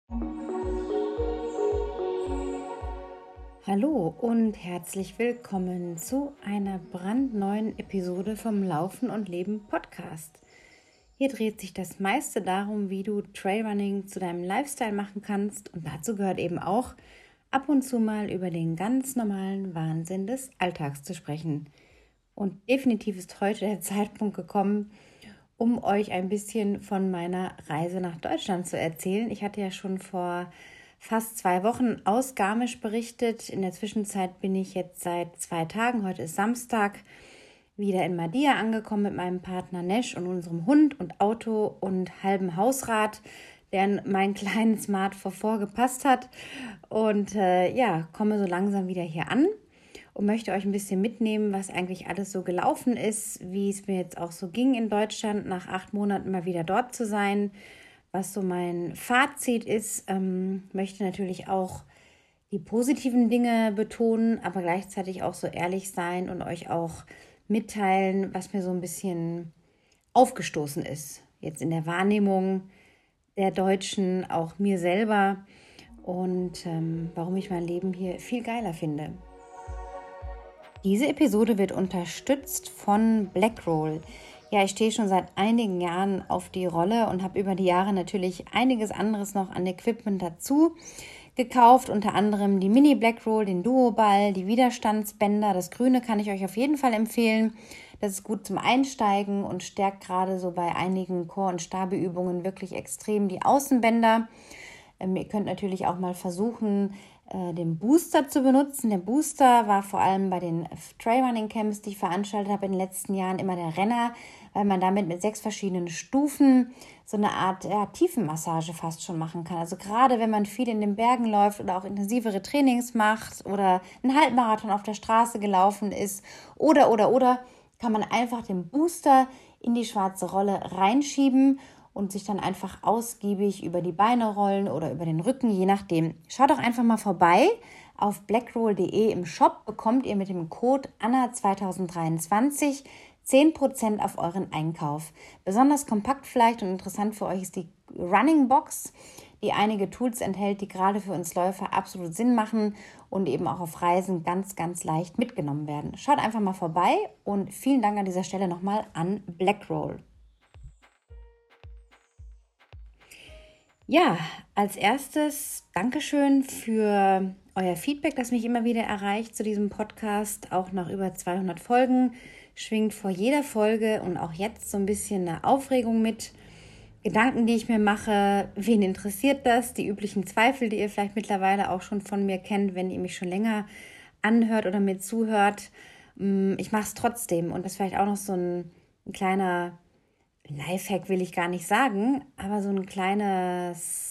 Hallo und herzlich willkommen zu einer brandneuen Episode vom Laufen und Leben Podcast. Hier dreht sich das meiste darum, wie du Trailrunning zu deinem Lifestyle machen kannst, und dazu gehört eben auch, ab und zu mal über den ganz normalen Wahnsinn des Alltags zu sprechen. Und definitiv ist heute der Zeitpunkt gekommen, um euch ein bisschen von meiner Reise nach Deutschland zu erzählen. Ich hatte ja schon vor fast 2 Wochen aus Garmisch berichtet. In der Zwischenzeit bin ich jetzt seit 2 Tagen, heute ist Samstag, wieder in Madia angekommen mit meinem Partner Nesch und unserem Hund und Auto und halbem Hausrat, der in mein kleinen Smart vorgepasst hat. Und komme so langsam wieder hier an und möchte euch ein bisschen mitnehmen, was eigentlich alles so gelaufen ist, wie es mir jetzt auch so ging in Deutschland, nach 8 Monaten mal wieder dort zu sein, was so mein Fazit ist. Möchte natürlich auch die positiven Dinge betonen, aber gleichzeitig auch so ehrlich sein und euch auch mitteilen, was mir so ein bisschen aufgestoßen ist. Jetzt in der Wahrnehmung der Deutschen, auch mir selber, und warum ich mein Leben hier viel geiler finde. Diese Episode wird unterstützt von Blackroll. Ja, ich stehe schon seit einigen Jahren auf die Rolle und habe über die Jahre natürlich einiges anderes noch an Equipment dazu gekauft, unter anderem die Mini Blackroll, den Duo-Ball, die Widerstandsbänder. Das Grüne kann ich euch auf jeden Fall empfehlen. Das ist gut zum Einsteigen und stärkt gerade so bei einigen Core- und Stabeübungen wirklich extrem die Außenbänder. Ihr könnt natürlich auch mal versuchen, den Booster zu benutzen. Der Booster war vor allem bei den Trailrunning Camps, die ich veranstaltet habe in den letzten Jahren, immer der Renner, weil man damit mit 6 verschiedenen Stufen so eine Art Tiefenmassage fast schon machen kann. Also gerade wenn man viel in den Bergen läuft oder auch intensivere Trainings macht oder einen Halbmarathon auf der Straße gelaufen ist oder, kann man einfach den Booster in die schwarze Rolle reinschieben und sich dann einfach ausgiebig über die Beine rollen oder über den Rücken, je nachdem. Schaut doch einfach mal vorbei. Auf blackroll.de im Shop bekommt ihr mit dem Code ANNA2023 10% auf euren Einkauf. Besonders kompakt vielleicht und interessant für euch ist die Running Box, die einige Tools enthält, die gerade für uns Läufer absolut Sinn machen und eben auch auf Reisen ganz, ganz leicht mitgenommen werden. Schaut einfach mal vorbei und vielen Dank an dieser Stelle nochmal an Blackroll. Ja, als erstes Dankeschön für euer Feedback, das mich immer wieder erreicht zu diesem Podcast. Auch nach über 200 Folgen schwingt vor jeder Folge und auch jetzt so ein bisschen eine Aufregung mit. Gedanken, die ich mir mache, wen interessiert das? Die üblichen Zweifel, die ihr vielleicht mittlerweile auch schon von mir kennt, wenn ihr mich schon länger anhört oder mir zuhört. Ich mache es trotzdem, und das ist vielleicht auch noch so ein kleiner Lifehack, will ich gar nicht sagen, aber so eine kleine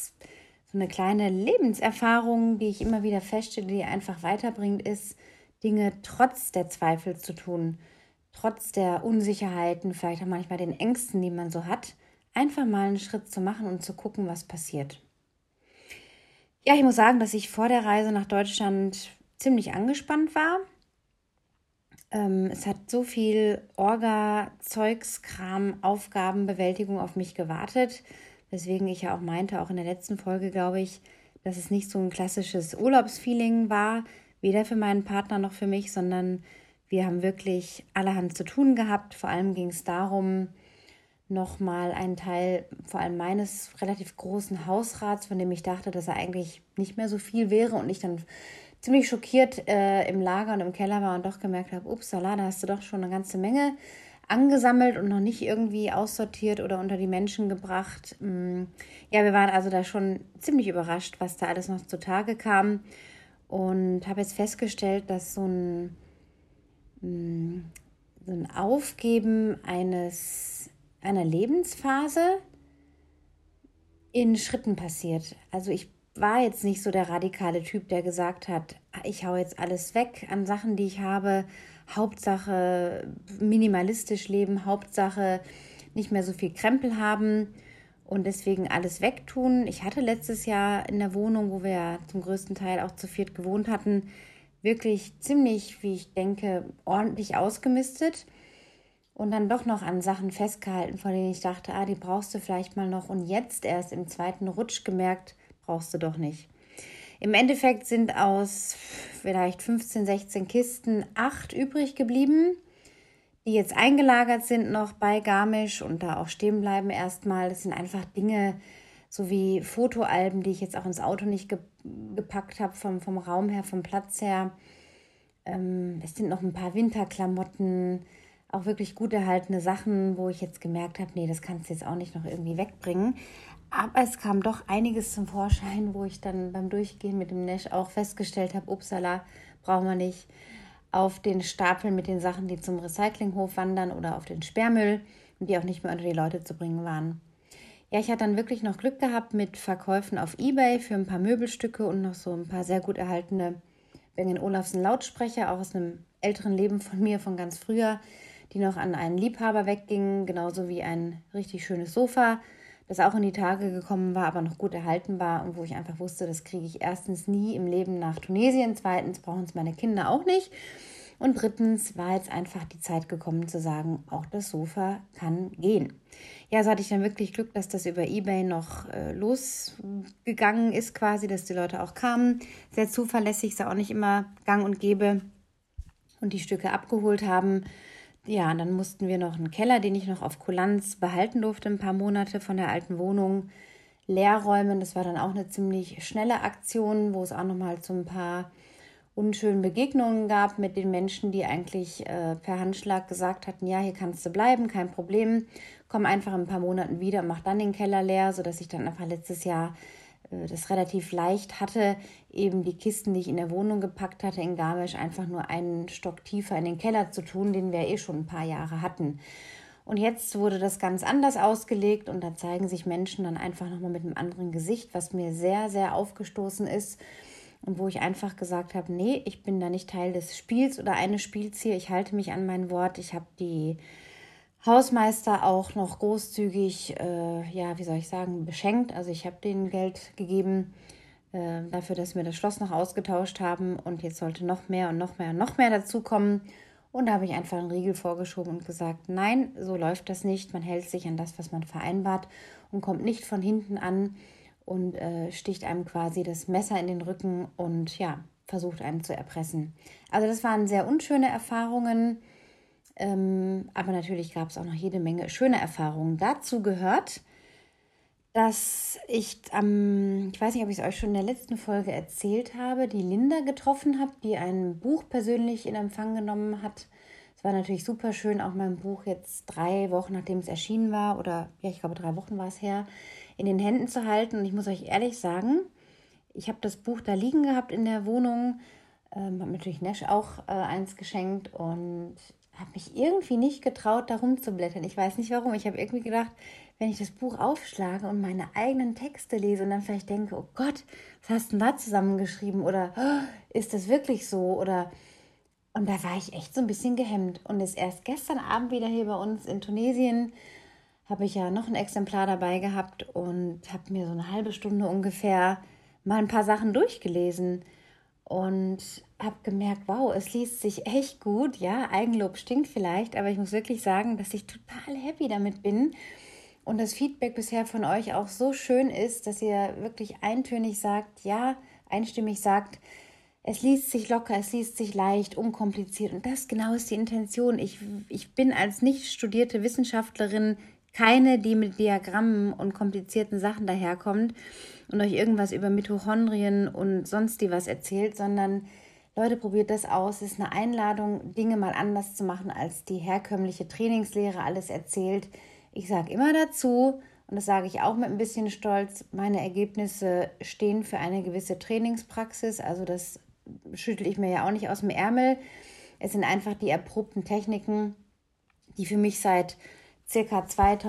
Lebenserfahrung, die ich immer wieder feststelle, die einfach weiterbringt, ist, Dinge trotz der Zweifel zu tun, trotz der Unsicherheiten, vielleicht auch manchmal den Ängsten, die man so hat, einfach mal einen Schritt zu machen und zu gucken, was passiert. Ja, ich muss sagen, dass ich vor der Reise nach Deutschland ziemlich angespannt war. Es hat so viel Orga-Zeugs, Kram, Aufgabenbewältigung auf mich gewartet, weswegen ich ja auch meinte, auch in der letzten Folge, glaube ich, dass es nicht so ein klassisches Urlaubsfeeling war, weder für meinen Partner noch für mich, sondern wir haben wirklich allerhand zu tun gehabt. Vor allem ging es darum, nochmal einen Teil, vor allem meines relativ großen Hausrats, von dem ich dachte, dass er eigentlich nicht mehr so viel wäre und ich dann ziemlich schockiert im Lager und im Keller war und doch gemerkt habe, upsala, da hast du doch schon eine ganze Menge angesammelt und noch nicht irgendwie aussortiert oder unter die Menschen gebracht. Ja, wir waren also da schon ziemlich überrascht, was da alles noch zutage kam, und habe jetzt festgestellt, dass so ein Aufgeben einer Lebensphase in Schritten passiert. Also ich war jetzt nicht so der radikale Typ, der gesagt hat, ich hau jetzt alles weg an Sachen, die ich habe. Hauptsache minimalistisch leben, Hauptsache nicht mehr so viel Krempel haben und deswegen alles wegtun. Ich hatte letztes Jahr in der Wohnung, wo wir ja zum größten Teil auch zu viert gewohnt hatten, wirklich ziemlich, wie ich denke, ordentlich ausgemistet. Und dann doch noch an Sachen festgehalten, von denen ich dachte, die brauchst du vielleicht mal noch. Und jetzt erst im zweiten Rutsch gemerkt, brauchst du doch nicht. Im Endeffekt sind aus vielleicht 15, 16 Kisten 8 übrig geblieben, die jetzt eingelagert sind noch bei Garmisch und da auch stehen bleiben erstmal. Das sind einfach Dinge, so wie Fotoalben, die ich jetzt auch ins Auto nicht gepackt habe, vom Raum her, vom Platz her. Es sind noch ein paar Winterklamotten, auch wirklich gut erhaltene Sachen, wo ich jetzt gemerkt habe, nee, das kannst du jetzt auch nicht noch irgendwie wegbringen. Aber es kam doch einiges zum Vorschein, wo ich dann beim Durchgehen mit dem Nash auch festgestellt habe, upsala, brauchen wir nicht. Auf den Stapel mit den Sachen, die zum Recyclinghof wandern oder auf den Sperrmüll und die auch nicht mehr unter die Leute zu bringen waren. Ja, ich hatte dann wirklich noch Glück gehabt mit Verkäufen auf eBay für ein paar Möbelstücke und noch so ein paar sehr gut erhaltene Bang & Olufsen Lautsprecher, auch aus einem älteren Leben von mir, von ganz früher, die noch an einen Liebhaber weggingen, genauso wie ein richtig schönes Sofa, das auch in die Tage gekommen war, aber noch gut erhalten war und wo ich einfach wusste, das kriege ich erstens nie im Leben nach Tunesien, zweitens brauchen es meine Kinder auch nicht und drittens war jetzt einfach die Zeit gekommen zu sagen, auch das Sofa kann gehen. Ja, so hatte ich dann wirklich Glück, dass das über eBay noch losgegangen ist quasi, dass die Leute auch kamen, sehr zuverlässig, ist auch nicht immer gang und gäbe und die Stücke abgeholt haben. Ja, und dann mussten wir noch einen Keller, den ich noch auf Kulanz behalten durfte, ein paar Monate von der alten Wohnung leer räumen. Das war dann auch eine ziemlich schnelle Aktion, wo es auch nochmal so ein paar unschönen Begegnungen gab mit den Menschen, die eigentlich per Handschlag gesagt hatten, ja, hier kannst du bleiben, kein Problem, komm einfach in ein paar Monaten wieder und mach dann den Keller leer, sodass ich dann einfach letztes Jahr das relativ leicht hatte, eben die Kisten, die ich in der Wohnung gepackt hatte in Garmisch, einfach nur einen Stock tiefer in den Keller zu tun, den wir eh schon ein paar Jahre hatten. Und jetzt wurde das ganz anders ausgelegt und da zeigen sich Menschen dann einfach nochmal mit einem anderen Gesicht, was mir sehr, sehr aufgestoßen ist und wo ich einfach gesagt habe, nee, ich bin da nicht Teil des Spiels oder eines Spiels hier, ich halte mich an mein Wort, ich habe die Hausmeister auch noch großzügig, beschenkt. Also ich habe denen Geld gegeben dafür, dass wir das Schloss noch ausgetauscht haben und jetzt sollte noch mehr und noch mehr und noch mehr dazukommen. Und da habe ich einfach einen Riegel vorgeschoben und gesagt, nein, so läuft das nicht. Man hält sich an das, was man vereinbart und kommt nicht von hinten an und sticht einem quasi das Messer in den Rücken und ja, versucht einen zu erpressen. Also das waren sehr unschöne Erfahrungen. Aber natürlich gab es auch noch jede Menge schöne Erfahrungen. Dazu gehört, dass ich ich weiß nicht, ob ich es euch schon in der letzten Folge erzählt habe, die Linda getroffen habe, die ein Buch persönlich in Empfang genommen hat. Es war natürlich super schön, auch mein Buch jetzt 3 Wochen, nachdem es erschienen war, oder ja, ich glaube 3 Wochen war es her, in den Händen zu halten. Und ich muss euch ehrlich sagen, ich habe das Buch da liegen gehabt in der Wohnung, habe natürlich Nash auch eins geschenkt und habe mich irgendwie nicht getraut, da rumzublättern. Ich weiß nicht warum. Ich habe irgendwie gedacht, wenn ich das Buch aufschlage und meine eigenen Texte lese und dann vielleicht denke, oh Gott, was hast du denn da zusammengeschrieben? Oder ist das wirklich so? Und da war ich echt so ein bisschen gehemmt. Und ist erst gestern Abend wieder hier bei uns in Tunesien, habe ich ja noch ein Exemplar dabei gehabt und habe mir so eine halbe Stunde ungefähr mal ein paar Sachen durchgelesen. Und habe gemerkt, wow, es liest sich echt gut. Ja, Eigenlob stinkt vielleicht, aber ich muss wirklich sagen, dass ich total happy damit bin. Und das Feedback bisher von euch auch so schön ist, dass ihr wirklich eintönig sagt, ja, einstimmig sagt, es liest sich locker, es liest sich leicht, unkompliziert. Und das genau ist die Intention. Ich bin als nicht studierte Wissenschaftlerin keine, die mit Diagrammen und komplizierten Sachen daherkommt und euch irgendwas über Mitochondrien und sonst die was erzählt, sondern Leute, probiert das aus. Es ist eine Einladung, Dinge mal anders zu machen, als die herkömmliche Trainingslehre alles erzählt. Ich sage immer dazu, und das sage ich auch mit ein bisschen Stolz, meine Ergebnisse stehen für eine gewisse Trainingspraxis. Also das schüttel ich mir ja auch nicht aus dem Ärmel. Es sind einfach die erprobten Techniken, die für mich seit circa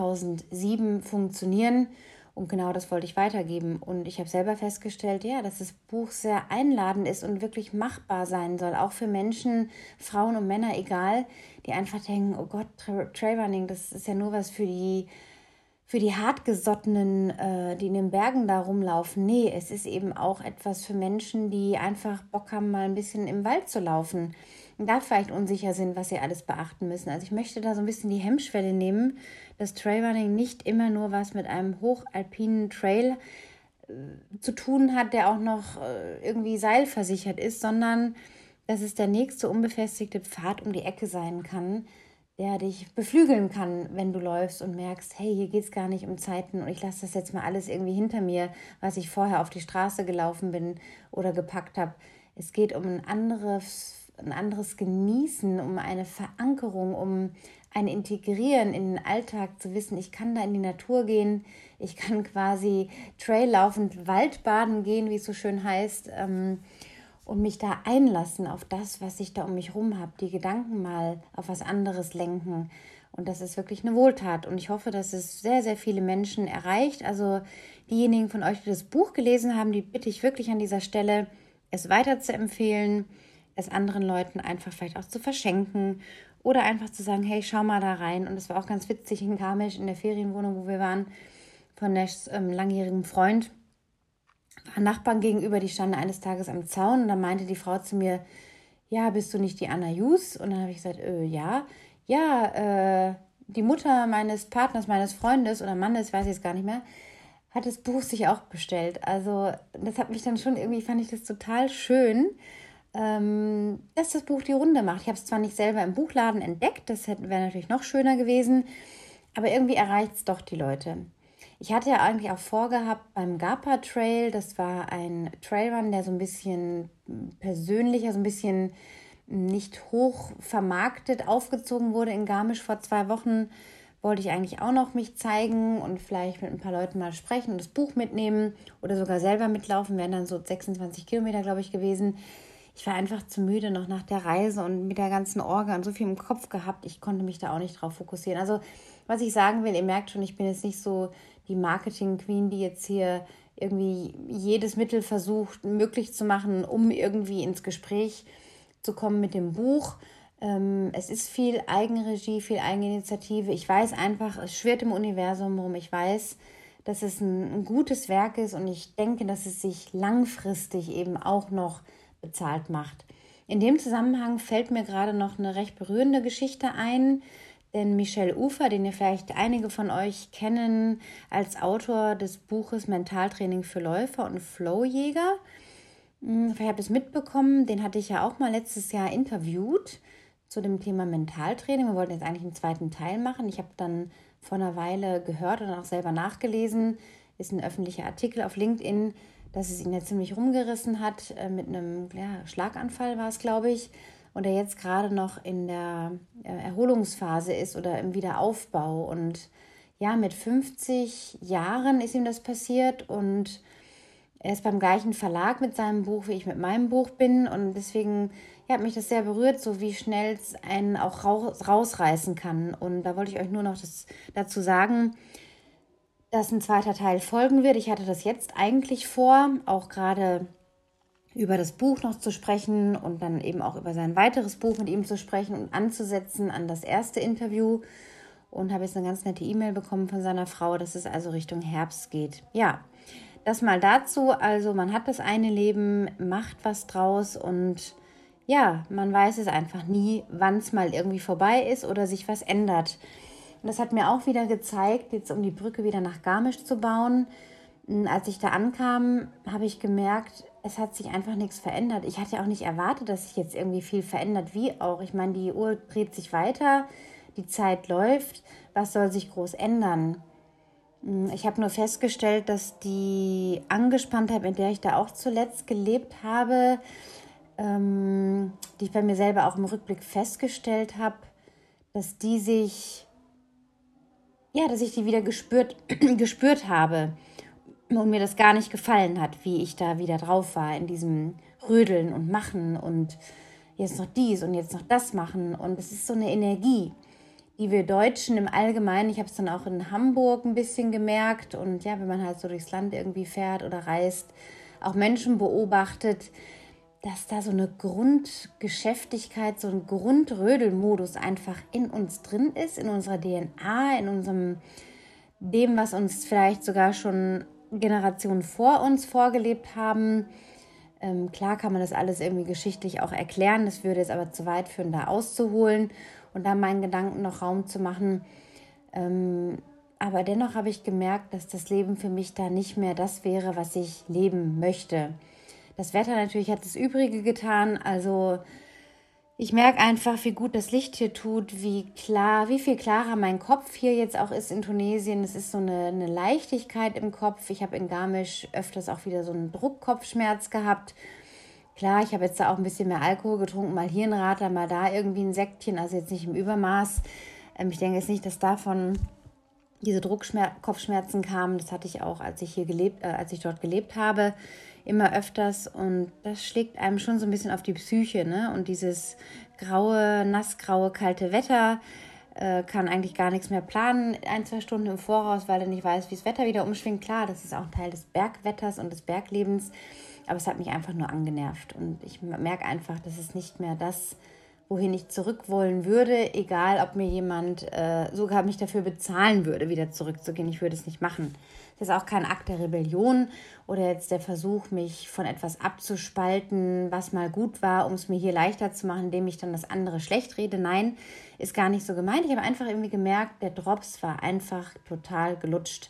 2007 funktionieren. Und genau das wollte ich weitergeben. Und ich habe selber festgestellt, ja, dass das Buch sehr einladend ist und wirklich machbar sein soll. Auch für Menschen, Frauen und Männer, egal, die einfach denken, oh Gott, Trailrunning, das ist ja nur was für die Hartgesottenen, die in den Bergen da rumlaufen. Nee, es ist eben auch etwas für Menschen, die einfach Bock haben, mal ein bisschen im Wald zu laufen und da vielleicht unsicher sind, was sie alles beachten müssen. Also ich möchte da so ein bisschen die Hemmschwelle nehmen, dass Trailrunning nicht immer nur was mit einem hochalpinen Trail zu tun hat, der auch noch irgendwie seilversichert ist, sondern dass es der nächste unbefestigte Pfad um die Ecke sein kann, der dich beflügeln kann, wenn du läufst und merkst, hey, hier geht es gar nicht um Zeiten und ich lasse das jetzt mal alles irgendwie hinter mir, was ich vorher auf die Straße gelaufen bin oder gepackt habe. Es geht um ein anderes Genießen, um eine Verankerung, um ein Integrieren in den Alltag, zu wissen, ich kann da in die Natur gehen, ich kann quasi traillaufend Waldbaden gehen, wie es so schön heißt, und mich da einlassen auf das, was ich da um mich rum habe, die Gedanken mal auf was anderes lenken. Und das ist wirklich eine Wohltat. Und ich hoffe, dass es sehr, sehr viele Menschen erreicht. Also diejenigen von euch, die das Buch gelesen haben, die bitte ich wirklich an dieser Stelle, es weiter zu empfehlen, es anderen Leuten einfach vielleicht auch zu verschenken oder einfach zu sagen, hey, schau mal da rein. Und es war auch ganz witzig in Garmisch, in der Ferienwohnung, wo wir waren, von Nashs langjährigem Freund, waren Nachbarn gegenüber, die standen eines Tages am Zaun und dann meinte die Frau zu mir, ja, bist du nicht die Anna Jus? Und dann habe ich gesagt, ja. Ja, die Mutter meines Partners, meines Freundes oder Mannes, weiß ich jetzt gar nicht mehr, hat das Buch sich auch bestellt. Also das hat mich dann schon irgendwie, fand ich das total schön, dass das Buch die Runde macht. Ich habe es zwar nicht selber im Buchladen entdeckt, das wäre natürlich noch schöner gewesen, aber irgendwie erreicht es doch die Leute. Ich hatte ja eigentlich auch vorgehabt beim Gapa Trail, das war ein Trailrun, der so ein bisschen persönlicher, so ein bisschen nicht hoch vermarktet aufgezogen wurde in Garmisch vor 2 Wochen, wollte ich eigentlich auch noch mich zeigen und vielleicht mit ein paar Leuten mal sprechen und das Buch mitnehmen oder sogar selber mitlaufen, wären dann so 26 Kilometer, glaube ich, gewesen. Ich war einfach zu müde noch nach der Reise und mit der ganzen Orga und so viel im Kopf gehabt. Ich konnte mich da auch nicht drauf fokussieren. Also, was ich sagen will, ihr merkt schon, ich bin jetzt nicht so die Marketing-Queen, die jetzt hier irgendwie jedes Mittel versucht, möglich zu machen, um irgendwie ins Gespräch zu kommen mit dem Buch. Es ist viel Eigenregie, viel Eigeninitiative. Ich weiß einfach, es schwirrt im Universum rum. Ich weiß, dass es ein gutes Werk ist und ich denke, dass es sich langfristig eben auch noch bezahlt macht. In dem Zusammenhang fällt mir gerade noch eine recht berührende Geschichte ein, denn Michel Ufer, den ihr vielleicht einige von euch kennen als Autor des Buches Mentaltraining für Läufer und Flowjäger, vielleicht habt ihr es mitbekommen, den hatte ich ja auch mal letztes Jahr interviewt zu dem Thema Mentaltraining. Wir wollten jetzt eigentlich einen zweiten Teil machen. Ich habe dann vor einer Weile gehört und auch selber nachgelesen, ist ein öffentlicher Artikel auf LinkedIn, dass es ihn ja ziemlich rumgerissen hat, mit einem Schlaganfall war es, glaube ich, und er jetzt gerade noch in der Erholungsphase ist oder im Wiederaufbau. Und ja, mit 50 Jahren ist ihm das passiert und er ist beim gleichen Verlag mit seinem Buch, wie ich mit meinem Buch bin. Und deswegen hat mich das sehr berührt, so wie schnell es einen auch rausreißen kann. Und da wollte ich euch nur noch dazu sagen, dass ein zweiter Teil folgen wird. Ich hatte das jetzt eigentlich vor, auch gerade über das Buch noch zu sprechen und dann eben auch über sein weiteres Buch mit ihm zu sprechen und anzusetzen an das erste Interview. Und habe jetzt eine ganz nette E-Mail bekommen von seiner Frau, dass es also Richtung Herbst geht. Ja, das mal dazu. Also man hat das eine Leben, macht was draus und ja, man weiß es einfach nie, wann es mal irgendwie vorbei ist oder sich was ändert. Und das hat mir auch wieder gezeigt, jetzt um die Brücke wieder nach Garmisch zu bauen. Als ich da ankam, habe ich gemerkt, es hat sich einfach nichts verändert. Ich hatte auch nicht erwartet, dass sich jetzt irgendwie viel verändert, wie auch. Ich meine, die Uhr dreht sich weiter, die Zeit läuft. Was soll sich groß ändern? Ich habe nur festgestellt, dass die Angespanntheit, mit der ich da auch zuletzt gelebt habe, die ich bei mir selber auch im Rückblick festgestellt habe, dass dass ich die wieder gespürt habe und mir das gar nicht gefallen hat, wie ich da wieder drauf war in diesem Rödeln und Machen und jetzt noch dies und jetzt noch das machen. Und es ist so eine Energie, die wir Deutschen im Allgemeinen, ich habe es dann auch in Hamburg ein bisschen gemerkt und ja, wenn man halt so durchs Land irgendwie fährt oder reist, auch Menschen beobachtet, dass da so eine Grundgeschäftigkeit, so ein Grundrödelmodus einfach in uns drin ist, in unserer DNA, in dem, was uns vielleicht sogar schon Generationen vor uns vorgelebt haben. Klar kann man das alles irgendwie geschichtlich auch erklären, das würde jetzt aber zu weit führen, da auszuholen und da meinen Gedanken noch Raum zu machen. aber dennoch habe ich gemerkt, dass das Leben für mich da nicht mehr das wäre, was ich leben möchte. Das Wetter natürlich hat das Übrige getan, also ich merke einfach, wie gut das Licht hier tut, wie viel klarer mein Kopf hier jetzt auch ist in Tunesien. Es ist so eine Leichtigkeit im Kopf. Ich habe in Garmisch öfters auch wieder so einen Druckkopfschmerz gehabt. Klar, ich habe jetzt da auch ein bisschen mehr Alkohol getrunken, mal hier ein Radler, mal da irgendwie ein Säckchen, also jetzt nicht im Übermaß. Ich denke jetzt nicht, dass davon diese Kopfschmerzen kamen. Das hatte ich auch, als ich dort gelebt habe, immer öfters. Und das schlägt einem schon so ein bisschen auf die Psyche, ne? Und dieses graue, nassgraue, kalte Wetter kann eigentlich gar nichts mehr planen, 1-2 Stunden im Voraus, weil er nicht weiß, wie das Wetter wieder umschwingt. Klar, das ist auch ein Teil des Bergwetters und des Berglebens, aber es hat mich einfach nur angenervt. Und ich merke einfach, das ist nicht mehr das, wohin ich zurück wollen würde, egal ob mir jemand sogar mich dafür bezahlen würde, wieder zurückzugehen. Ich würde es nicht machen. Das ist auch kein Akt der Rebellion oder jetzt der Versuch, mich von etwas abzuspalten, was mal gut war, um es mir hier leichter zu machen, indem ich dann das andere schlecht rede. Nein, ist gar nicht so gemeint. Ich habe einfach irgendwie gemerkt, der Drops war einfach total gelutscht.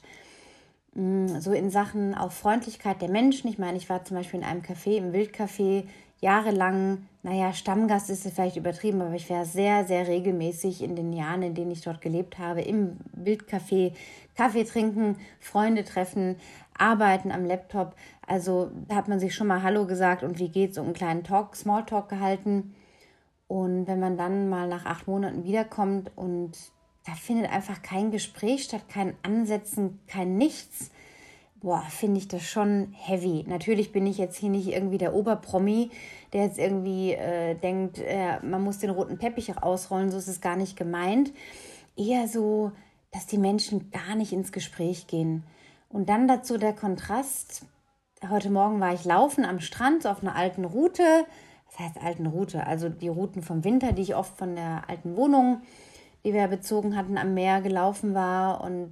So in Sachen auch Freundlichkeit der Menschen. Ich meine, ich war zum Beispiel in einem Café, im Wildcafé, jahrelang, Stammgast ist es vielleicht übertrieben, aber ich war sehr, sehr regelmäßig in den Jahren, in denen ich dort gelebt habe, im Wildcafé, Kaffee trinken, Freunde treffen, arbeiten am Laptop. Also da hat man sich schon mal Hallo gesagt und wie geht's, und einen kleinen Smalltalk gehalten. Und wenn man dann mal nach 8 Monaten wiederkommt und da findet einfach kein Gespräch statt, kein Ansetzen, kein Nichts, finde ich das schon heavy. Natürlich bin ich jetzt hier nicht irgendwie der Oberpromi, der jetzt irgendwie denkt, man muss den roten Teppich auch ausrollen, so ist es gar nicht gemeint. Eher so, dass die Menschen gar nicht ins Gespräch gehen. Und dann dazu der Kontrast. Heute Morgen war ich laufen am Strand so auf einer alten Route. Was heißt alten Route? Also die Routen vom Winter, die ich oft von der alten Wohnung, die wir bezogen hatten, am Meer gelaufen war. Und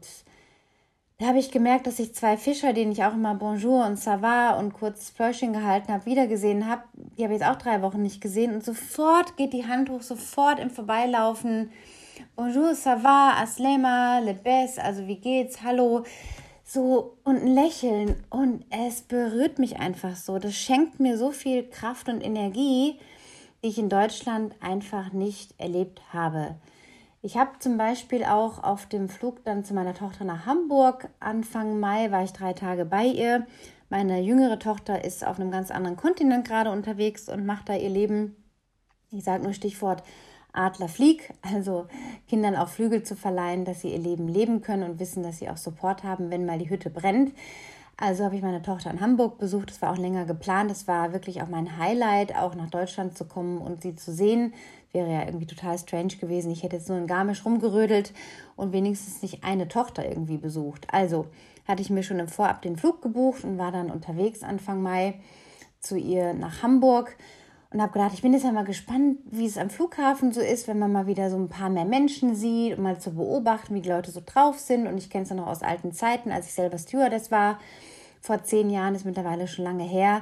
da habe ich gemerkt, dass ich 2 Fischer, denen ich auch immer Bonjour und Ça va und kurz Pläuschen gehalten habe, wiedergesehen habe. Die habe ich jetzt auch 3 Wochen nicht gesehen. Und sofort geht die Hand hoch, sofort im Vorbeilaufen. Bonjour, ça va, aslema, lebes, also wie geht's, hallo. So, und ein Lächeln. Und es berührt mich einfach so. Das schenkt mir so viel Kraft und Energie, die ich in Deutschland einfach nicht erlebt habe. Ich habe zum Beispiel auch auf dem Flug dann zu meiner Tochter nach Hamburg, Anfang Mai war ich 3 Tage bei ihr. Meine jüngere Tochter ist auf einem ganz anderen Kontinent gerade unterwegs und macht da ihr Leben. Ich sage nur Stichwort Adlerflieg, also Kindern auch Flügel zu verleihen, dass sie ihr Leben leben können und wissen, dass sie auch Support haben, wenn mal die Hütte brennt. Also habe ich meine Tochter in Hamburg besucht, das war auch länger geplant, das war wirklich auch mein Highlight, auch nach Deutschland zu kommen und sie zu sehen. Wäre ja irgendwie total strange gewesen, ich hätte jetzt nur in Garmisch rumgerödelt und wenigstens nicht eine Tochter irgendwie besucht. Also hatte ich mir schon im Vorab den Flug gebucht und war dann unterwegs Anfang Mai zu ihr nach Hamburg und habe gedacht, ich bin jetzt ja mal gespannt, wie es am Flughafen so ist, wenn man mal wieder so ein paar mehr Menschen sieht, um mal zu beobachten, wie die Leute so drauf sind. Und ich kenne es ja noch aus alten Zeiten, als ich selber Stewardess war. Vor 10 Jahren, ist mittlerweile schon lange her,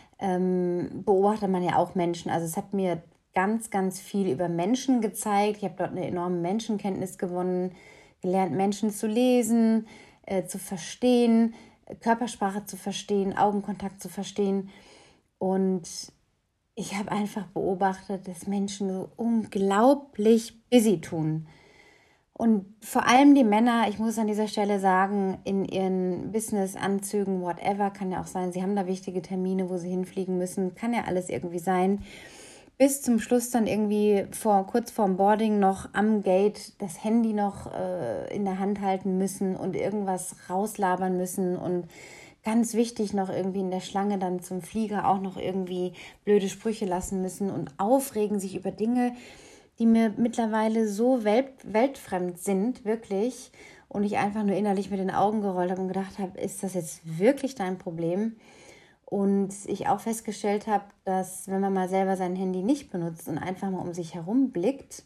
beobachtet man ja auch Menschen. Also es hat mir ganz, ganz viel über Menschen gezeigt. Ich habe dort eine enorme Menschenkenntnis gewonnen, gelernt, Menschen zu lesen, zu verstehen, Körpersprache zu verstehen, Augenkontakt zu verstehen. Und ich habe einfach beobachtet, dass Menschen so unglaublich busy tun. Und vor allem die Männer, ich muss an dieser Stelle sagen, in ihren Business-Anzügen, whatever, kann ja auch sein, sie haben da wichtige Termine, wo sie hinfliegen müssen, kann ja alles irgendwie sein. Bis zum Schluss dann irgendwie kurz vorm Boarding noch am Gate das Handy noch in der Hand halten müssen und irgendwas rauslabern müssen und ganz wichtig noch irgendwie in der Schlange dann zum Flieger auch noch irgendwie blöde Sprüche lassen müssen und aufregen sich über Dinge, die mir mittlerweile so weltfremd sind, wirklich. Und ich einfach nur innerlich mit den Augen gerollt habe und gedacht habe, ist das jetzt wirklich dein Problem? Und ich auch festgestellt habe, dass wenn man mal selber sein Handy nicht benutzt und einfach mal um sich herum blickt,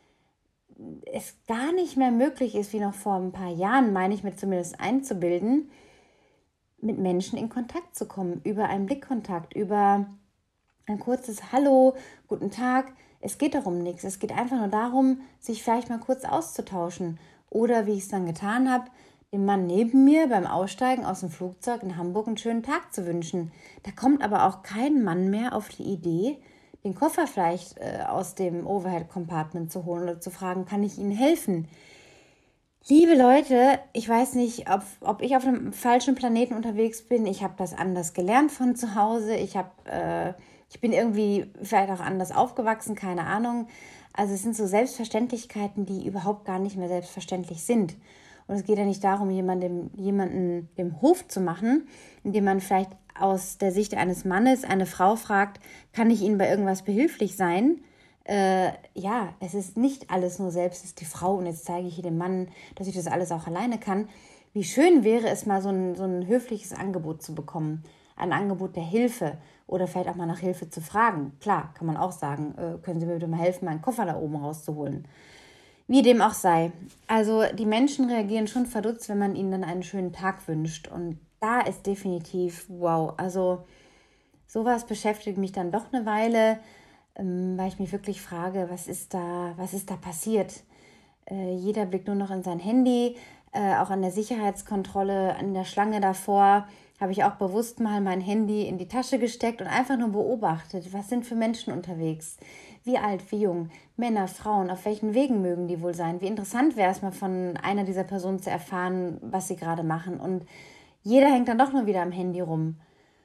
es gar nicht mehr möglich ist, wie noch vor ein paar Jahren, meine ich mir zumindest einzubilden, mit Menschen in Kontakt zu kommen, über einen Blickkontakt, über ein kurzes Hallo, guten Tag. Es geht darum nichts. Es geht einfach nur darum, sich vielleicht mal kurz auszutauschen Oder wie ich es dann getan habe, dem Mann neben mir beim Aussteigen aus dem Flugzeug in Hamburg einen schönen Tag zu wünschen. Da kommt aber auch kein Mann mehr auf die Idee, den Koffer vielleicht aus dem Overhead-Compartment zu holen oder zu fragen, kann ich Ihnen helfen? Liebe Leute, ich weiß nicht, ob ich auf einem falschen Planeten unterwegs bin. Ich habe das anders gelernt von zu Hause. Ich bin irgendwie vielleicht auch anders aufgewachsen, keine Ahnung. Also es sind so Selbstverständlichkeiten, die überhaupt gar nicht mehr selbstverständlich sind. Und es geht ja nicht darum, jemanden dem Hof zu machen, indem man vielleicht aus der Sicht eines Mannes eine Frau fragt, kann ich Ihnen bei irgendwas behilflich sein? Es ist nicht alles nur selbst, es ist die Frau und jetzt zeige ich hier dem Mann, dass ich das alles auch alleine kann. Wie schön wäre es mal so ein höfliches Angebot zu bekommen, ein Angebot der Hilfe oder vielleicht auch mal nach Hilfe zu fragen. Klar, kann man auch sagen, können Sie mir bitte mal helfen, meinen Koffer da oben rauszuholen. Wie dem auch sei. Also die Menschen reagieren schon verdutzt, wenn man ihnen dann einen schönen Tag wünscht und da ist definitiv wow. Also sowas beschäftigt mich dann doch eine Weile, weil ich mich wirklich frage, was ist da passiert? Jeder blickt nur noch in sein Handy, auch an der Sicherheitskontrolle, an der Schlange davor habe ich auch bewusst mal mein Handy in die Tasche gesteckt und einfach nur beobachtet, was sind für Menschen unterwegs, wie alt, wie jung, Männer, Frauen, auf welchen Wegen mögen die wohl sein, wie interessant wäre es mal von einer dieser Personen zu erfahren, was sie gerade machen und jeder hängt dann doch nur wieder am Handy rum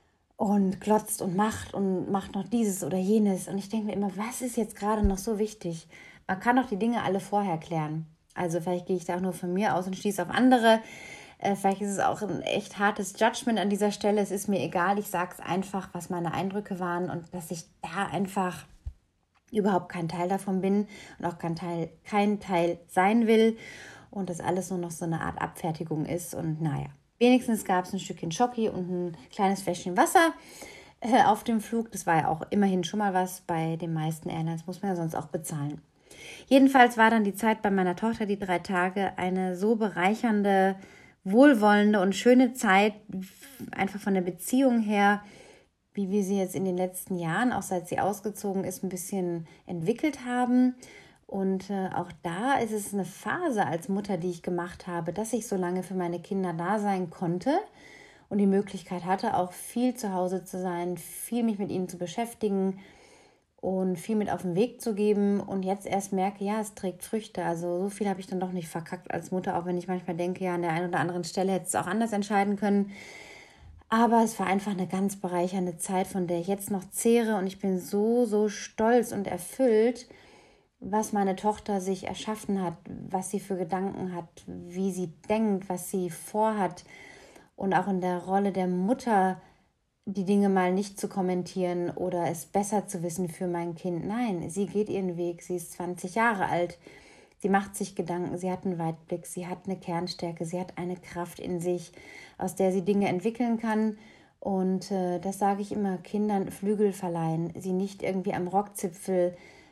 und glotzt und macht noch dieses oder jenes. Und ich denke mir immer, was ist jetzt gerade noch so wichtig? Man kann doch die Dinge alle vorher klären. Also vielleicht gehe ich da auch nur von mir aus und schließe auf andere. Vielleicht ist es auch ein echt hartes Judgment an dieser Stelle. Es ist mir egal, ich sage es einfach, was meine Eindrücke waren und dass ich da einfach überhaupt kein Teil davon bin und auch kein Teil sein will und das alles nur noch so eine Art Abfertigung ist. Und naja. Wenigstens gab es ein Stückchen Schoki und ein kleines Fläschchen Wasser auf dem Flug. Das war ja auch immerhin schon mal was. Bei den meisten Airlines muss man ja sonst auch bezahlen. Jedenfalls war dann die Zeit bei meiner Tochter, die 3 Tage, eine so bereichernde, wohlwollende und schöne Zeit, einfach von der Beziehung her, wie wir sie jetzt in den letzten Jahren, auch seit sie ausgezogen ist, ein bisschen entwickelt haben. Und auch da ist es eine Phase als Mutter, die ich gemacht habe, dass ich so lange für meine Kinder da sein konnte und die Möglichkeit hatte, auch viel zu Hause zu sein, viel mich mit ihnen zu beschäftigen und viel mit auf den Weg zu geben. Und jetzt erst merke, ja, es trägt Früchte. Also so viel habe ich dann doch nicht verkackt als Mutter, auch wenn ich manchmal denke, ja, an der einen oder anderen Stelle hätte es auch anders entscheiden können. Aber es war einfach eine ganz bereichernde Zeit, von der ich jetzt noch zehre und ich bin so, so stolz und erfüllt, was meine Tochter sich erschaffen hat, was sie für Gedanken hat, wie sie denkt, was sie vorhat und auch in der Rolle der Mutter die Dinge mal nicht zu kommentieren oder es besser zu wissen für mein Kind. Nein, sie geht ihren Weg, sie ist 20 Jahre alt, sie macht sich Gedanken, sie hat einen Weitblick, sie hat eine Kernstärke, sie hat eine Kraft in sich, aus der sie Dinge entwickeln kann. Und das sage ich immer, Kindern Flügel verleihen, sie nicht irgendwie am Rockzipfel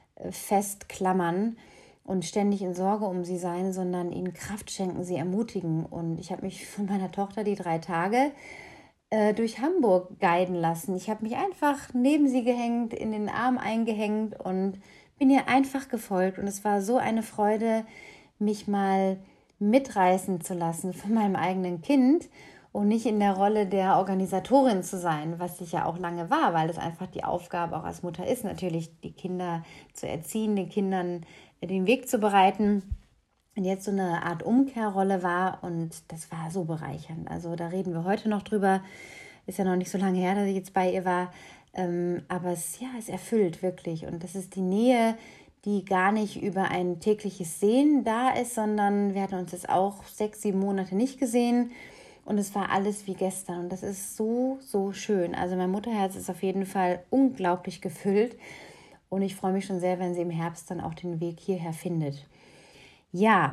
festklammern und ständig in Sorge um sie sein, sondern ihnen Kraft schenken, sie ermutigen. Und ich habe mich von meiner Tochter die 3 Tage durch Hamburg guiden lassen. Ich habe mich einfach neben sie gehängt, in den Arm eingehängt und bin ihr einfach gefolgt. Und es war so eine Freude, mich mal mitreißen zu lassen von meinem eigenen Kind und nicht in der Rolle der Organisatorin zu sein, was ich ja auch lange war, weil es einfach die Aufgabe auch als Mutter ist, natürlich die Kinder zu erziehen, den Kindern den Weg zu bereiten. Und jetzt so eine Art Umkehrrolle war und das war so bereichernd. Also da reden wir heute noch drüber. Ist ja noch nicht so lange her, dass ich jetzt bei ihr war. Aber es erfüllt wirklich. Und das ist die Nähe, die gar nicht über ein tägliches Sehen da ist, sondern wir hatten uns jetzt auch 6, 7 Monate nicht gesehen. Und es war alles wie gestern. Und das ist so, so schön. Also mein Mutterherz ist auf jeden Fall unglaublich gefüllt. Und ich freue mich schon sehr, wenn sie im Herbst dann auch den Weg hierher findet. Ja,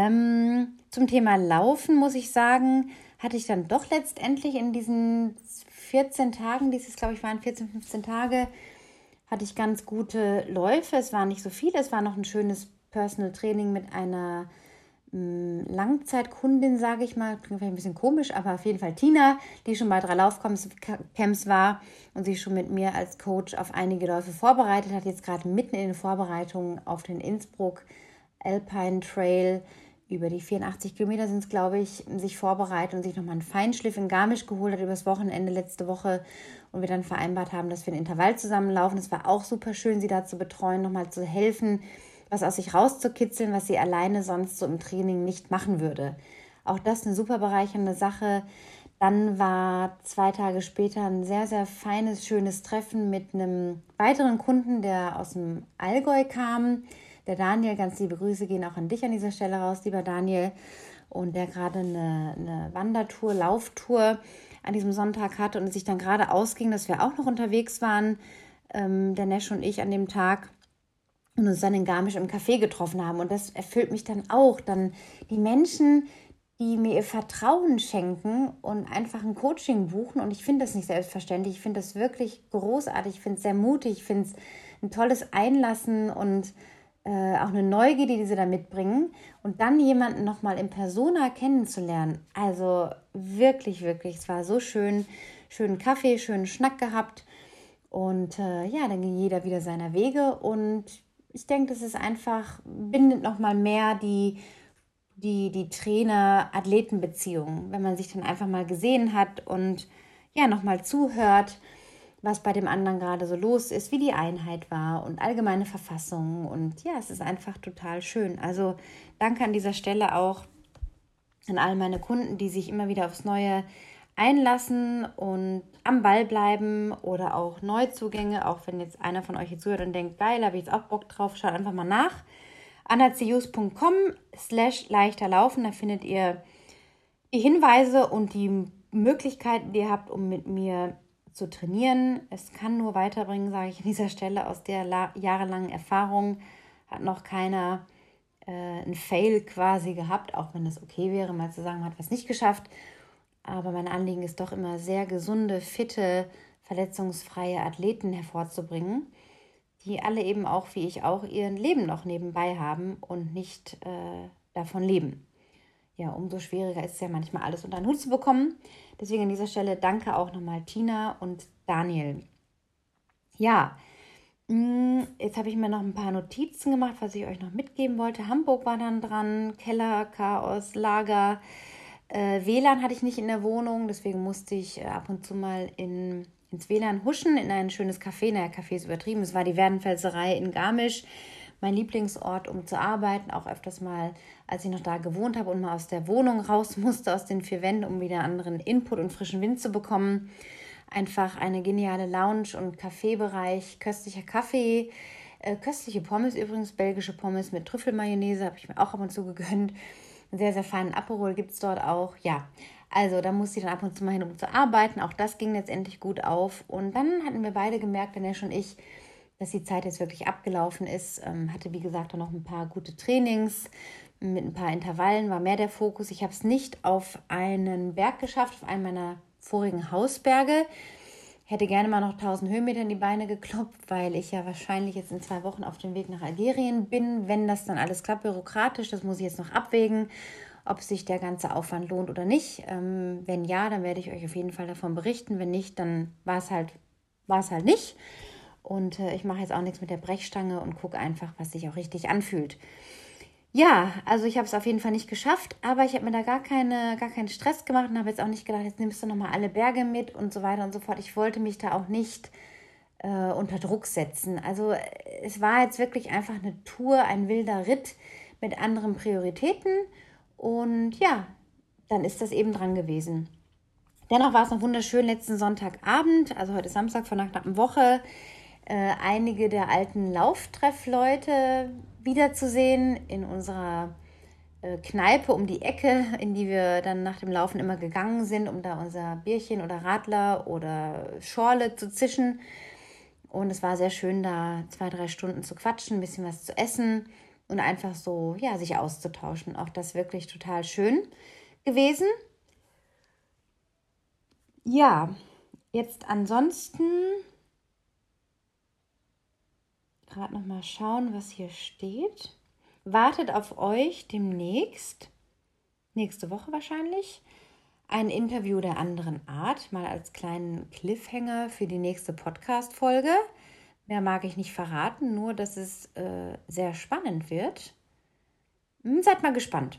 zum Thema Laufen muss ich sagen, hatte ich dann doch letztendlich in diesen 14 Tagen, glaube ich, waren 14, 15 Tage, hatte ich ganz gute Läufe. Es war nicht so viel, es war noch ein schönes Personal Training mit einer Langzeitkundin, sage ich mal, klingt vielleicht ein bisschen komisch, aber auf jeden Fall Tina, die schon bei 3 Laufcamps war und sich schon mit mir als Coach auf einige Läufe vorbereitet hat, jetzt gerade mitten in den Vorbereitungen auf den Innsbruck Alpine Trail, über die 84 Kilometer sind es, glaube ich, sich vorbereitet und sich nochmal einen Feinschliff in Garmisch geholt hat übers Wochenende letzte Woche und wir dann vereinbart haben, dass wir ein Intervall zusammenlaufen. Es war auch super schön, sie da zu betreuen, nochmal zu helfen, was aus sich rauszukitzeln, was sie alleine sonst so im Training nicht machen würde. Auch das eine super bereichernde Sache. Dann war 2 Tage später ein sehr, sehr feines, schönes Treffen mit einem weiteren Kunden, der aus dem Allgäu kam. Der Daniel, ganz liebe Grüße gehen auch an dich an dieser Stelle raus, lieber Daniel. Und der gerade eine Wandertour, Lauftour an diesem Sonntag hatte und es sich dann gerade ausging, dass wir auch noch unterwegs waren, der Nesch und ich an dem Tag und uns dann in Garmisch im Café getroffen haben. Und das erfüllt mich dann auch. Dann die Menschen, die mir ihr Vertrauen schenken und einfach ein Coaching buchen. Und ich finde das nicht selbstverständlich. Ich finde das wirklich großartig. Ich finde es sehr mutig. Ich finde es ein tolles Einlassen und auch eine Neugierde, die sie da mitbringen. Und dann jemanden nochmal in Persona kennenzulernen. Also wirklich, wirklich. Es war so schön. Schönen Kaffee, schönen Schnack gehabt. Und dann ging jeder wieder seiner Wege. Und ich denke, das ist einfach, bindet nochmal mehr die Trainer-Athleten-Beziehung, wenn man sich dann einfach mal gesehen hat und ja, nochmal zuhört, was bei dem anderen gerade so los ist, wie die Einheit war und allgemeine Verfassung. Und ja, es ist einfach total schön. Also danke an dieser Stelle auch an all meine Kunden, die sich immer wieder aufs Neue einlassen und am Ball bleiben oder auch Neuzugänge, auch wenn jetzt einer von euch hier zuhört und denkt, geil, habe ich jetzt auch Bock drauf, schaut einfach mal nach. annazius.com/leichter laufen, da findet ihr die Hinweise und die Möglichkeiten, die ihr habt, um mit mir zu trainieren. Es kann nur weiterbringen, sage ich an dieser Stelle, aus der jahrelangen Erfahrung hat noch keiner ein Fail quasi gehabt, auch wenn es okay wäre, mal zu sagen, man hat was nicht geschafft. Aber mein Anliegen ist doch immer, sehr gesunde, fitte, verletzungsfreie Athleten hervorzubringen, die alle eben auch, wie ich auch, ihr Leben noch nebenbei haben und nicht davon leben. Ja, umso schwieriger ist es ja manchmal, alles unter den Hut zu bekommen. Deswegen an dieser Stelle danke auch nochmal Tina und Daniel. Ja, jetzt habe ich mir noch ein paar Notizen gemacht, was ich euch noch mitgeben wollte. Hamburg war dann dran, Keller, Chaos, Lager. WLAN hatte ich nicht in der Wohnung, deswegen musste ich ab und zu mal ins WLAN huschen, in ein schönes Café. Naja, Café ist übertrieben. Es war die Werdenfelserei in Garmisch, mein Lieblingsort, um zu arbeiten. Auch öfters mal, als ich noch da gewohnt habe und mal aus der Wohnung raus musste, aus den 4 Wänden, um wieder anderen Input und frischen Wind zu bekommen. Einfach eine geniale Lounge- und Kaffeebereich, köstlicher Kaffee, köstliche Pommes übrigens, belgische Pommes mit Trüffelmayonnaise, habe ich mir auch ab und zu gegönnt. Einen sehr, sehr feinen Aperol gibt es dort auch. Ja, also da musste ich dann ab und zu mal hin, um zu arbeiten. Auch das ging letztendlich gut auf. Und dann hatten wir beide gemerkt, der Nesch und ich, dass die Zeit jetzt wirklich abgelaufen ist. Hatte, wie gesagt, auch noch ein paar gute Trainings mit ein paar Intervallen, war mehr der Fokus. Ich habe es nicht auf einen Berg geschafft, auf einen meiner vorigen Hausberge. Hätte gerne mal noch 1000 Höhenmeter in die Beine geklopft, weil ich ja wahrscheinlich jetzt in 2 Wochen auf dem Weg nach Algerien bin. Wenn das dann alles klappt, bürokratisch, das muss ich jetzt noch abwägen, ob sich der ganze Aufwand lohnt oder nicht. Wenn ja, dann werde ich euch auf jeden Fall davon berichten. Wenn nicht, dann war es halt nicht. Und ich mache jetzt auch nichts mit der Brechstange und gucke einfach, was sich auch richtig anfühlt. Ja, also ich habe es auf jeden Fall nicht geschafft, aber ich habe mir da gar keinen Stress gemacht und habe jetzt auch nicht gedacht, jetzt nimmst du nochmal alle Berge mit und so weiter und so fort. Ich wollte mich da auch nicht unter Druck setzen. Also es war jetzt wirklich einfach eine Tour, ein wilder Ritt mit anderen Prioritäten und ja, dann ist das eben dran gewesen. Dennoch war es noch wunderschön letzten Sonntagabend, also heute ist Samstag vor einer knappen Woche, einige der alten Lauftreffleute wiederzusehen in unserer Kneipe um die Ecke, in die wir dann nach dem Laufen immer gegangen sind, um da unser Bierchen oder Radler oder Schorle zu zischen. Und es war sehr schön, da 2, 3 Stunden zu quatschen, ein bisschen was zu essen und einfach so, ja, sich auszutauschen. Auch das wirklich total schön gewesen. Ja, jetzt ansonsten gerade noch mal schauen, was hier steht. Wartet auf euch demnächst, nächste Woche wahrscheinlich, ein Interview der anderen Art, mal als kleinen Cliffhanger für die nächste Podcast-Folge. Mehr mag ich nicht verraten, nur dass es sehr spannend wird. Seid mal gespannt.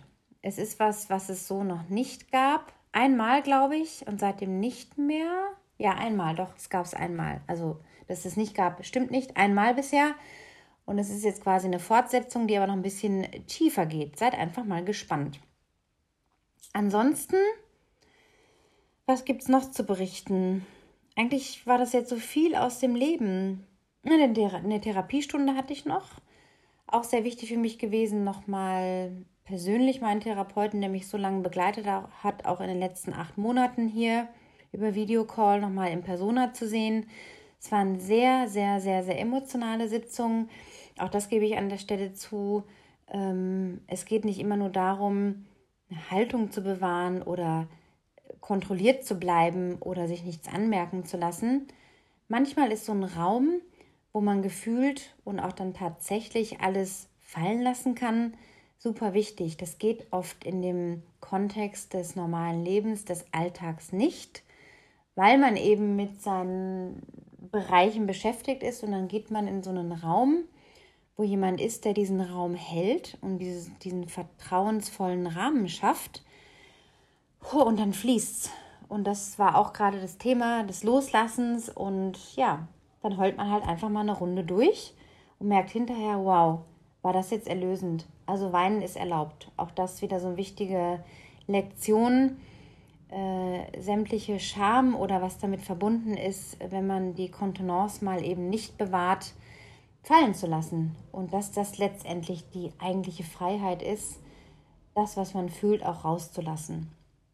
Es ist was es so noch nicht gab. Einmal, glaube ich, und seitdem nicht mehr. Ja, einmal, doch, es gab es einmal. Also, dass es nicht gab, stimmt nicht. Einmal bisher. Und es ist jetzt quasi eine Fortsetzung, die aber noch ein bisschen tiefer geht. Seid einfach mal gespannt. Ansonsten, was gibt es noch zu berichten? Eigentlich war das jetzt so viel aus dem Leben. Eine Therapiestunde hatte ich noch. Auch sehr wichtig für mich gewesen, nochmal persönlich meinen Therapeuten, der mich so lange begleitet hat, auch in den letzten 8 Monaten hier über Videocall nochmal in Persona zu sehen. Es war eine sehr, sehr, sehr, sehr emotionale Sitzung. Auch das gebe ich an der Stelle zu. Es geht nicht immer nur darum, eine Haltung zu bewahren oder kontrolliert zu bleiben oder sich nichts anmerken zu lassen. Manchmal ist so ein Raum, wo man gefühlt und auch dann tatsächlich alles fallen lassen kann, super wichtig. Das geht oft in dem Kontext des normalen Lebens, des Alltags nicht, weil man eben mit seinen Bereichen beschäftigt ist und dann geht man in so einen Raum, wo jemand ist, der diesen Raum hält und diesen vertrauensvollen Rahmen schafft. Und dann fließt's. Und das war auch gerade das Thema des Loslassens. Und ja, dann heult man halt einfach mal eine Runde durch und merkt hinterher, wow, war das jetzt erlösend. Also weinen ist erlaubt. Auch das wieder so eine wichtige Lektion. Sämtliche Scham oder was damit verbunden ist, wenn man die Kontenance mal eben nicht bewahrt, fallen zu lassen. Und dass das letztendlich die eigentliche Freiheit ist, das, was man fühlt, auch rauszulassen.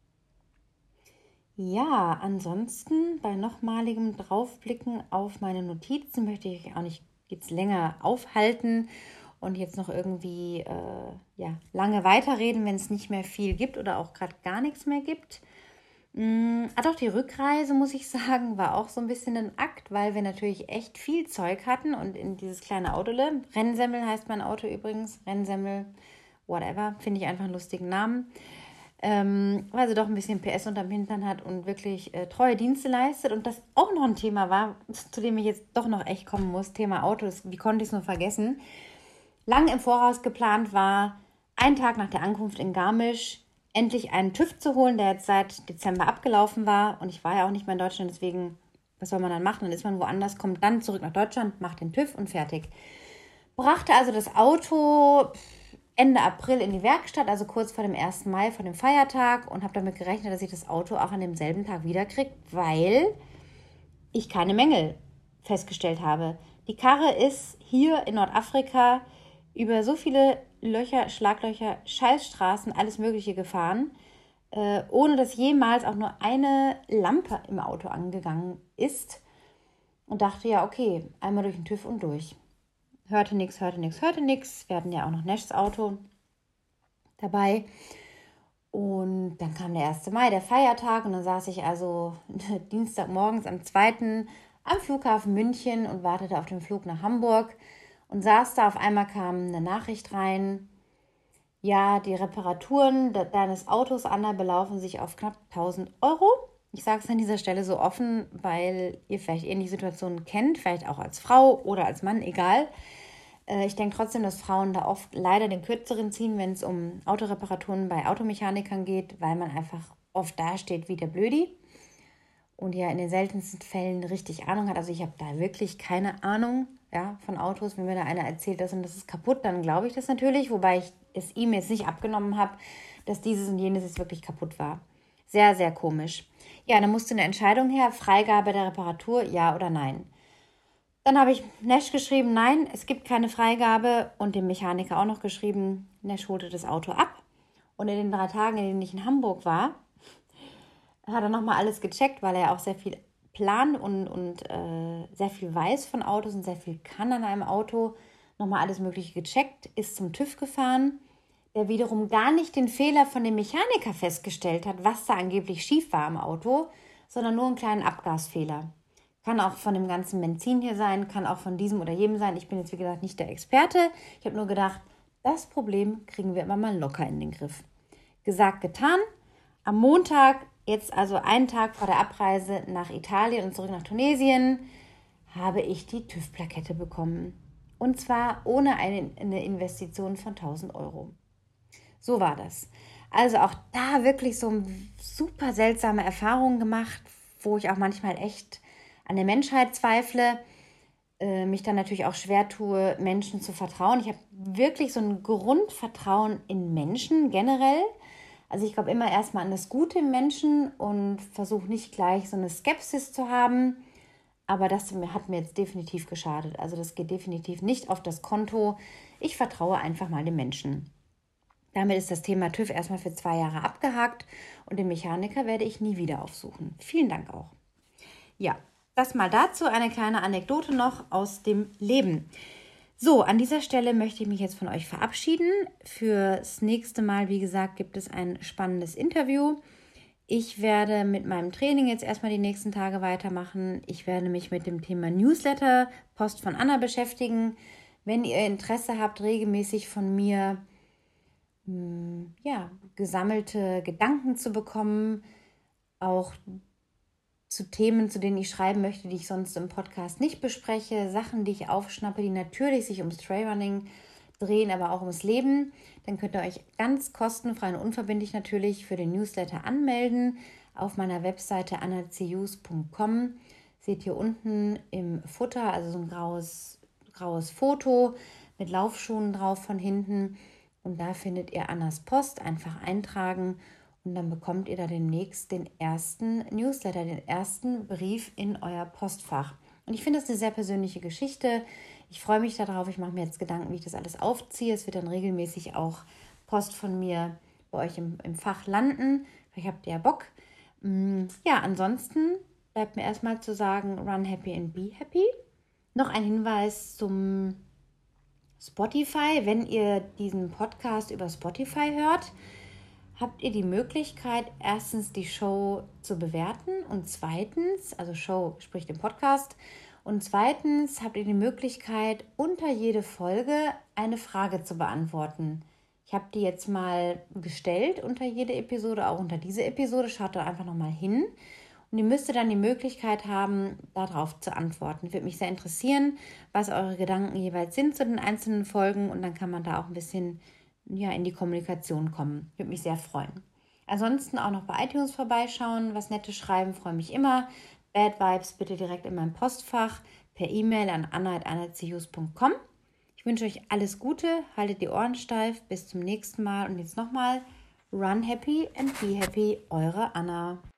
Ja, ansonsten bei nochmaligem Draufblicken auf meine Notizen möchte ich euch auch nicht jetzt länger aufhalten und jetzt noch irgendwie lange weiterreden, wenn es nicht mehr viel gibt oder auch gerade gar nichts mehr gibt. Doch die Rückreise, muss ich sagen, war auch so ein bisschen ein Akt, weil wir natürlich echt viel Zeug hatten und in dieses kleine Autole, Rennsemmel heißt mein Auto übrigens, Rennsemmel, whatever, finde ich einfach einen lustigen Namen. Weil sie doch ein bisschen PS unterm Hintern hat und wirklich treue Dienste leistet. Und das auch noch ein Thema war, zu dem ich jetzt doch noch echt kommen muss, Thema Autos, wie konnte ich es nur vergessen. Lang im Voraus geplant war, einen Tag nach der Ankunft in Garmisch endlich einen TÜV zu holen, der jetzt seit Dezember abgelaufen war. Und ich war ja auch nicht mehr in Deutschland, deswegen, was soll man dann machen? Dann ist man woanders, kommt dann zurück nach Deutschland, macht den TÜV und fertig. Brachte also das Auto Ende April in die Werkstatt, also kurz vor dem 1. Mai, vor dem Feiertag, und habe damit gerechnet, dass ich das Auto auch an demselben Tag wiederkriege, weil ich keine Mängel festgestellt habe. Die Karre ist hier in Nordafrika über so viele Löcher, Schlaglöcher, Scheißstraßen, alles Mögliche gefahren, ohne dass jemals auch nur eine Lampe im Auto angegangen ist, und dachte, ja, okay, einmal durch den TÜV und durch. Hörte nichts. Wir hatten ja auch noch Nashs Auto dabei. Und dann kam der 1. Mai, der Feiertag, und dann saß ich also Dienstagmorgens am 2. am Flughafen München und wartete auf den Flug nach Hamburg und saß da. Auf einmal kam eine Nachricht rein: Ja, die Reparaturen deines Autos, Anna, belaufen sich auf knapp 1.000 Euro. Ich sage es an dieser Stelle so offen, weil ihr vielleicht ähnliche Situationen kennt, vielleicht auch als Frau oder als Mann, egal. Ich denke trotzdem, dass Frauen da oft leider den Kürzeren ziehen, wenn es um Autoreparaturen bei Automechanikern geht, weil man einfach oft dasteht wie der Blödi und ja in den seltensten Fällen richtig Ahnung hat. Also ich habe da wirklich keine Ahnung, ja, von Autos. Wenn mir da einer erzählt, das und das ist kaputt, dann glaube ich das natürlich, wobei ich es ihm jetzt nicht abgenommen habe, dass dieses und jenes jetzt wirklich kaputt war. Sehr, sehr komisch. Ja, dann musste eine Entscheidung her, Freigabe der Reparatur, ja oder nein. Dann habe ich Nash geschrieben, nein, es gibt keine Freigabe, und dem Mechaniker auch noch geschrieben, Nash holte das Auto ab. Und in den 3 Tagen, in denen ich in Hamburg war, hat er nochmal alles gecheckt, weil er auch sehr viel plant und sehr viel weiß von Autos und sehr viel kann an einem Auto. Nochmal alles Mögliche gecheckt, ist zum TÜV gefahren, der wiederum gar nicht den Fehler von dem Mechaniker festgestellt hat, was da angeblich schief war am Auto, sondern nur einen kleinen Abgasfehler. Kann auch von dem ganzen Benzin hier sein, kann auch von diesem oder jenem sein. Ich bin jetzt, wie gesagt, nicht der Experte. Ich habe nur gedacht, das Problem kriegen wir immer mal locker in den Griff. Gesagt, getan. Am Montag, jetzt also einen Tag vor der Abreise nach Italien und zurück nach Tunesien, habe ich die TÜV-Plakette bekommen. Und zwar ohne eine Investition von 1.000 Euro. So war das. Also auch da wirklich so super seltsame Erfahrungen gemacht, wo ich auch manchmal echt an der Menschheit zweifle, mich dann natürlich auch schwer tue, Menschen zu vertrauen. Ich habe wirklich so ein Grundvertrauen in Menschen generell. Also ich glaube immer erstmal an das Gute im Menschen und versuche nicht gleich so eine Skepsis zu haben. Aber das hat mir jetzt definitiv geschadet. Also das geht definitiv nicht auf das Konto. Ich vertraue einfach mal den Menschen. Damit ist das Thema TÜV erstmal für 2 Jahre abgehakt und den Mechaniker werde ich nie wieder aufsuchen. Vielen Dank auch. Ja, das mal dazu. Eine kleine Anekdote noch aus dem Leben. So, an dieser Stelle möchte ich mich jetzt von euch verabschieden. Fürs nächste Mal, wie gesagt, gibt es ein spannendes Interview. Ich werde mit meinem Training jetzt erstmal die nächsten Tage weitermachen. Ich werde mich mit dem Thema Newsletter, Post von Anna beschäftigen. Wenn ihr Interesse habt, regelmäßig von mir gesammelte Gedanken zu bekommen, auch zu Themen, zu denen ich schreiben möchte, die ich sonst im Podcast nicht bespreche, Sachen, die ich aufschnappe, die natürlich sich ums Trailrunning drehen, aber auch ums Leben, dann könnt ihr euch ganz kostenfrei und unverbindlich natürlich für den Newsletter anmelden. Auf meiner Webseite annacus.com seht ihr unten im Footer, also so ein graues Foto mit Laufschuhen drauf von hinten. Und da findet ihr Annas Post, einfach eintragen und dann bekommt ihr da demnächst den ersten Newsletter, den ersten Brief in euer Postfach. Und ich finde das eine sehr persönliche Geschichte. Ich freue mich darauf, ich mache mir jetzt Gedanken, wie ich das alles aufziehe. Es wird dann regelmäßig auch Post von mir bei euch im Fach landen. Vielleicht habt ihr ja Bock. Ja, ansonsten bleibt mir erstmal zu sagen, run happy and be happy. Noch ein Hinweis zum Spotify. Wenn ihr diesen Podcast über Spotify hört, habt ihr die Möglichkeit, erstens die Show zu bewerten und zweitens, also Show sprich den Podcast, und zweitens habt ihr die Möglichkeit, unter jede Folge eine Frage zu beantworten. Ich habe die jetzt mal gestellt unter jede Episode, auch unter diese Episode. Schaut da einfach nochmal hin. Und ihr müsstet dann die Möglichkeit haben, darauf zu antworten. Würde mich sehr interessieren, was eure Gedanken jeweils sind zu den einzelnen Folgen. Und dann kann man da auch ein bisschen in die Kommunikation kommen. Würde mich sehr freuen. Ansonsten auch noch bei iTunes vorbeischauen, was Nettes schreiben, freue mich immer. Bad Vibes bitte direkt in meinem Postfach per E-Mail an anna@annacius.com. Ich wünsche euch alles Gute, haltet die Ohren steif, bis zum nächsten Mal und jetzt nochmal Run Happy and Be Happy, eure Anna.